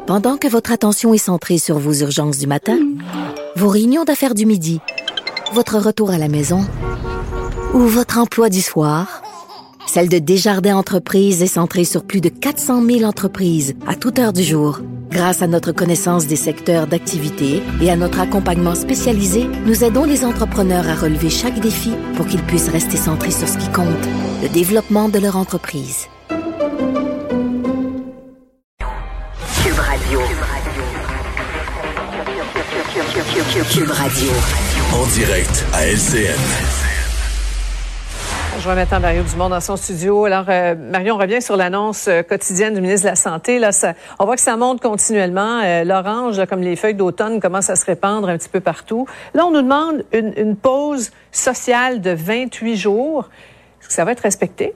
Pendant que votre attention est centrée sur vos urgences du matin, vos réunions d'affaires du midi, votre retour à la maison ou votre emploi du soir, celle de Desjardins Entreprises est centrée sur plus de 400 000 entreprises à toute heure du jour. Grâce à notre connaissance des secteurs d'activité et à notre accompagnement spécialisé, nous aidons les entrepreneurs à relever chaque défi pour qu'ils puissent rester centrés sur ce qui compte, le développement de leur entreprise. Cube Radio. Cube Radio. En direct à LCN. Je vois maintenant Mario Dumont dans son studio. Alors, Mario, on revient sur l'annonce quotidienne du ministre de la Santé. Là, on voit que ça monte continuellement. L'orange, là, comme les feuilles d'automne, commence à se répandre un petit peu partout. Là, on nous demande une pause sociale de 28 jours. Est-ce que ça va être respecté?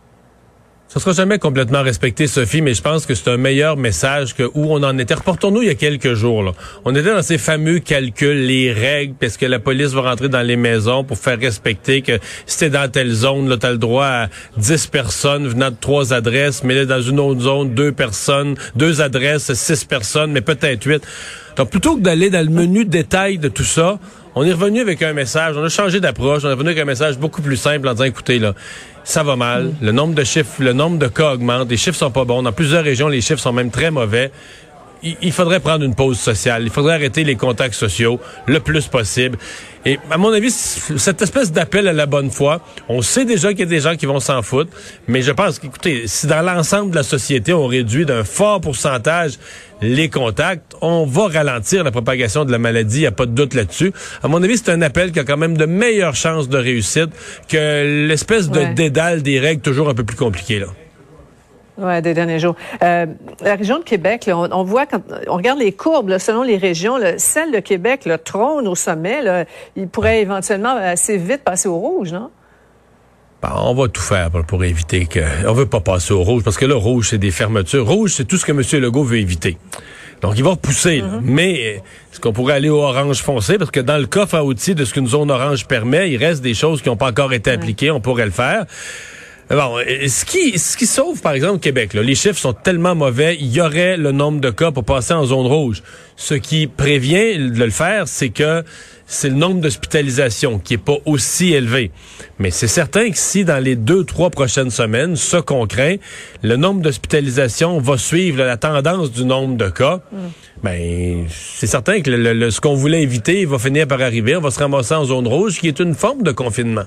Ça sera jamais complètement respecté, Sophie, mais je pense que c'est un meilleur message que où on en était. Reportons-nous il y a quelques jours, là. On était dans ces fameux calculs, les règles, parce que la police va rentrer dans les maisons pour faire respecter que si t'es dans telle zone, là, t'as le droit à 10 personnes venant de 3 adresses, mais là, dans une autre zone, 2 personnes, 2 adresses, 6 personnes, mais peut-être 8. Donc, plutôt que d'aller dans le menu détail de tout ça, on est revenu avec un message, on a changé d'approche, on est revenu avec un message beaucoup plus simple en disant, écoutez, là, ça va mal, le nombre de cas augmente, les chiffres sont pas bons. Dans plusieurs régions, les chiffres sont même très mauvais. Il faudrait prendre une pause sociale. Il faudrait arrêter les contacts sociaux le plus possible. Et à mon avis, cette espèce d'appel à la bonne foi, on sait déjà qu'il y a des gens qui vont s'en foutre, mais je pense qu'écoutez, si dans l'ensemble de la société, on réduit d'un fort pourcentage les contacts, on va ralentir la propagation de la maladie, il n'y a pas de doute là-dessus. À mon avis, c'est un appel qui a quand même de meilleures chances de réussite que l'espèce de dédale des règles toujours un peu plus compliquées, là. Ouais, des derniers jours. La région de Québec, là, on voit quand on regarde les courbes là, selon les régions, là, celle de Québec là, trône au sommet. Là, il pourrait éventuellement assez vite passer au rouge, non? Bon, on va tout faire pour éviter que... On veut pas passer au rouge, parce que là, rouge, c'est des fermetures. Rouge, c'est tout ce que M. Legault veut éviter. Donc, il va repousser. Là. Mais est-ce qu'on pourrait aller au orange foncé? Parce que dans le coffre à outils de ce qu'une zone orange permet, il reste des choses qui n'ont pas encore été appliquées. On pourrait le faire. Bon, ce qui sauve, par exemple, Québec, là, les chiffres sont tellement mauvais, il y aurait le nombre de cas pour passer en zone rouge. Ce qui prévient de le faire, c'est que c'est le nombre d'hospitalisations qui est pas aussi élevé. Mais c'est certain que si dans les 2-3 prochaines semaines, ce qu'on craint, le nombre d'hospitalisations va suivre la tendance du nombre de cas, ben c'est certain que ce qu'on voulait éviter va finir par arriver. On va se ramasser en zone rouge, qui est une forme de confinement.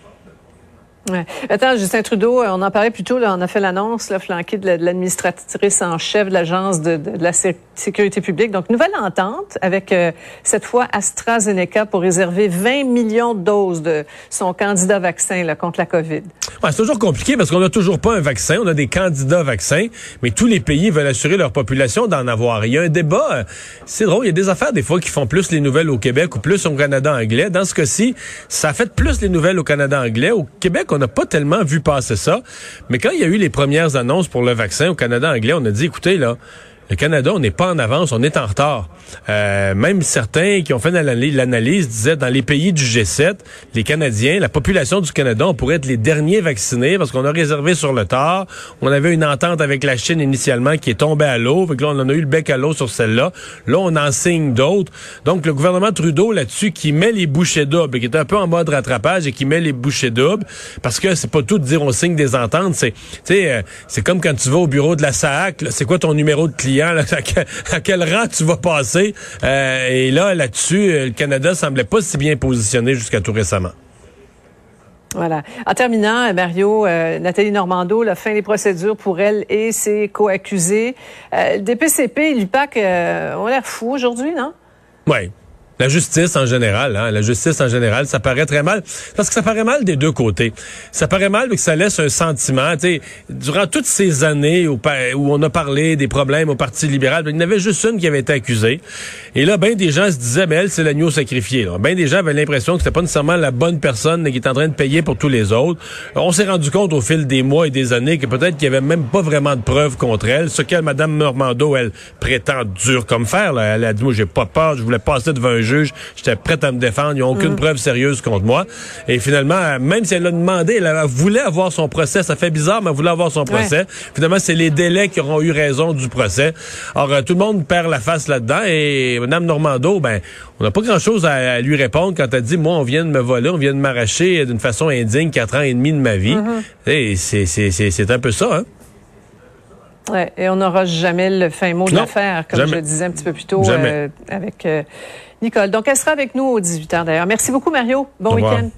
Ouais. Attends, Justin Trudeau, on en parlait plus tôt, là, on a fait l'annonce, là, flanquée de l'administratrice en chef de l'Agence de la sécurité publique. Donc, nouvelle entente avec, cette fois, AstraZeneca pour réserver 20 millions de doses de son candidat vaccin là, contre la COVID. Ouais, c'est toujours compliqué parce qu'on n'a toujours pas un vaccin. On a des candidats vaccins, mais tous les pays veulent assurer leur population d'en avoir. Il y a un débat, c'est drôle, il y a des affaires des fois qui font plus les nouvelles au Québec ou plus au Canada anglais. Dans ce cas-ci, ça a fait plus les nouvelles au Canada anglais. Au Québec, on n'a pas tellement vu passer ça. Mais quand il y a eu les premières annonces pour le vaccin au Canada anglais, on a dit, écoutez, là, le Canada, on n'est pas en avance, on est en retard. Même certains qui ont fait l'analyse disaient, dans les pays du G7, les Canadiens, la population du Canada, on pourrait être les derniers vaccinés parce qu'on a réservé sur le tard. On avait une entente avec la Chine initialement qui est tombée à l'eau. Fait que là, on en a eu le bec à l'eau sur celle-là. Là, on en signe d'autres. Donc, le gouvernement Trudeau, là-dessus, qui met les bouchées doubles, qui est un peu en mode rattrapage et qui met les bouchées doubles, parce que c'est pas tout de dire on signe des ententes. C'est comme quand tu vas au bureau de la SAAC, là, c'est quoi ton numéro de client? Là, à quel rang tu vas passer. Et là-dessus, le Canada semblait pas si bien positionné jusqu'à tout récemment. Voilà. En terminant, Mario, Nathalie Normando, la fin des procédures pour elle et ses co-accusés. Le DPCP et l'UPAC ont l'air fous aujourd'hui, non? Oui. La justice en général, ça paraît très mal. Parce que ça paraît mal des deux côtés. Ça paraît mal que ça laisse un sentiment. Durant toutes ces années où on a parlé des problèmes au Parti libéral, il y en avait juste une qui avait été accusée. Et là, ben des gens se disaient, elle, c'est l'agneau sacrifié. Là. Ben des gens avaient l'impression que c'était pas nécessairement la bonne personne qui est en train de payer pour tous les autres. On s'est rendu compte au fil des mois et des années que peut-être qu'il y avait même pas vraiment de preuves contre elle. Ce qu'elle, Mme Normando, elle prétend dur comme fer. Là. Elle a dit, moi, j'ai pas peur, je voulais passer devant un juge, j'étais prête à me défendre, ils n'ont aucune preuve sérieuse contre moi. Et finalement, même si elle a demandé, elle voulait avoir son procès, ça fait bizarre, mais elle voulait avoir son procès. Finalement, c'est les délais qui auront eu raison du procès. Alors, tout le monde perd la face là-dedans, et Mme Normando, on n'a pas grand-chose à lui répondre quand elle dit, moi, on vient de me voler, on vient de m'arracher d'une façon indigne 4 ans et demi de ma vie. Et c'est un peu ça, hein? Ouais, et on n'aura jamais le fin mot de l'affaire, comme je le disais un petit peu plus tôt avec Nicole. Donc, elle sera avec nous aux 18h d'ailleurs. Merci beaucoup, Mario. Bon week-end.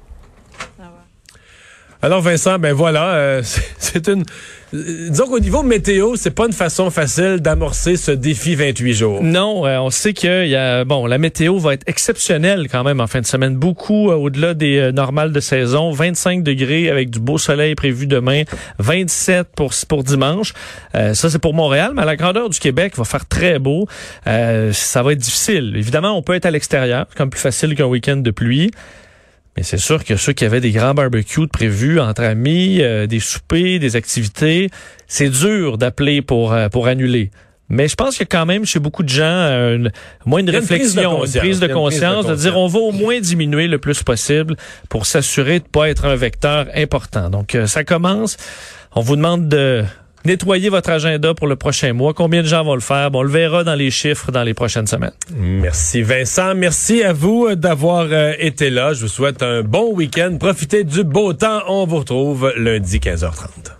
Alors, Vincent, voilà, c'est une... Disons qu'au niveau météo, c'est pas une façon facile d'amorcer ce défi 28 jours. Non, on sait que la météo va être exceptionnelle quand même en fin de semaine. Beaucoup au-delà des normales de saison. 25 degrés avec du beau soleil prévu demain. 27 pour dimanche. Ça, c'est pour Montréal, mais à la grandeur du Québec, il va faire très beau. Ça va être difficile. Évidemment, on peut être à l'extérieur. C'est comme plus facile qu'un week-end de pluie. Mais c'est sûr que ceux qui avaient des grands barbecues prévus entre amis, des soupers, des activités, c'est dur d'appeler pour annuler. Mais je pense qu'il y a quand même chez beaucoup de gens une réflexion, une prise de conscience de dire on va au moins diminuer le plus possible pour s'assurer de ne pas être un vecteur important. Donc ça commence. On vous demande de nettoyer votre agenda pour le prochain mois. Combien de gens vont le faire? On le verra dans les chiffres dans les prochaines semaines. Merci Vincent. Merci à vous d'avoir été là. Je vous souhaite un bon week-end. Profitez du beau temps. On vous retrouve lundi 15h30.